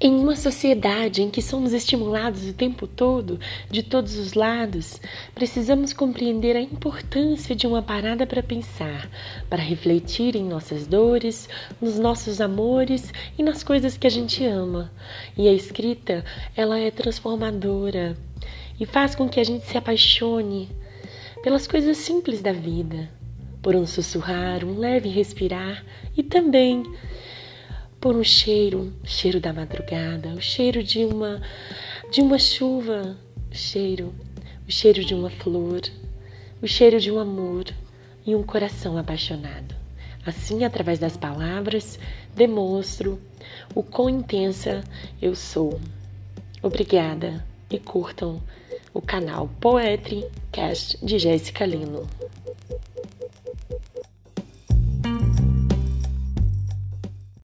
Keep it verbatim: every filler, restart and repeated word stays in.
Em uma sociedade em que somos estimulados o tempo todo, de todos os lados, precisamos compreender a importância de uma parada para pensar, para refletir em nossas dores, nos nossos amores e nas coisas que a gente ama. E a escrita, ela é transformadora e faz com que a gente se apaixone pelas coisas simples da vida, por um sussurrar, um leve respirar e também por um cheiro, o cheiro da madrugada, o cheiro de uma de uma chuva, o cheiro, o cheiro de uma flor, o cheiro de um amor e um coração apaixonado. Assim, através das palavras, demonstro o quão intensa eu sou. Obrigada e curtam o canal Poetry Cast de Jéssica Lino.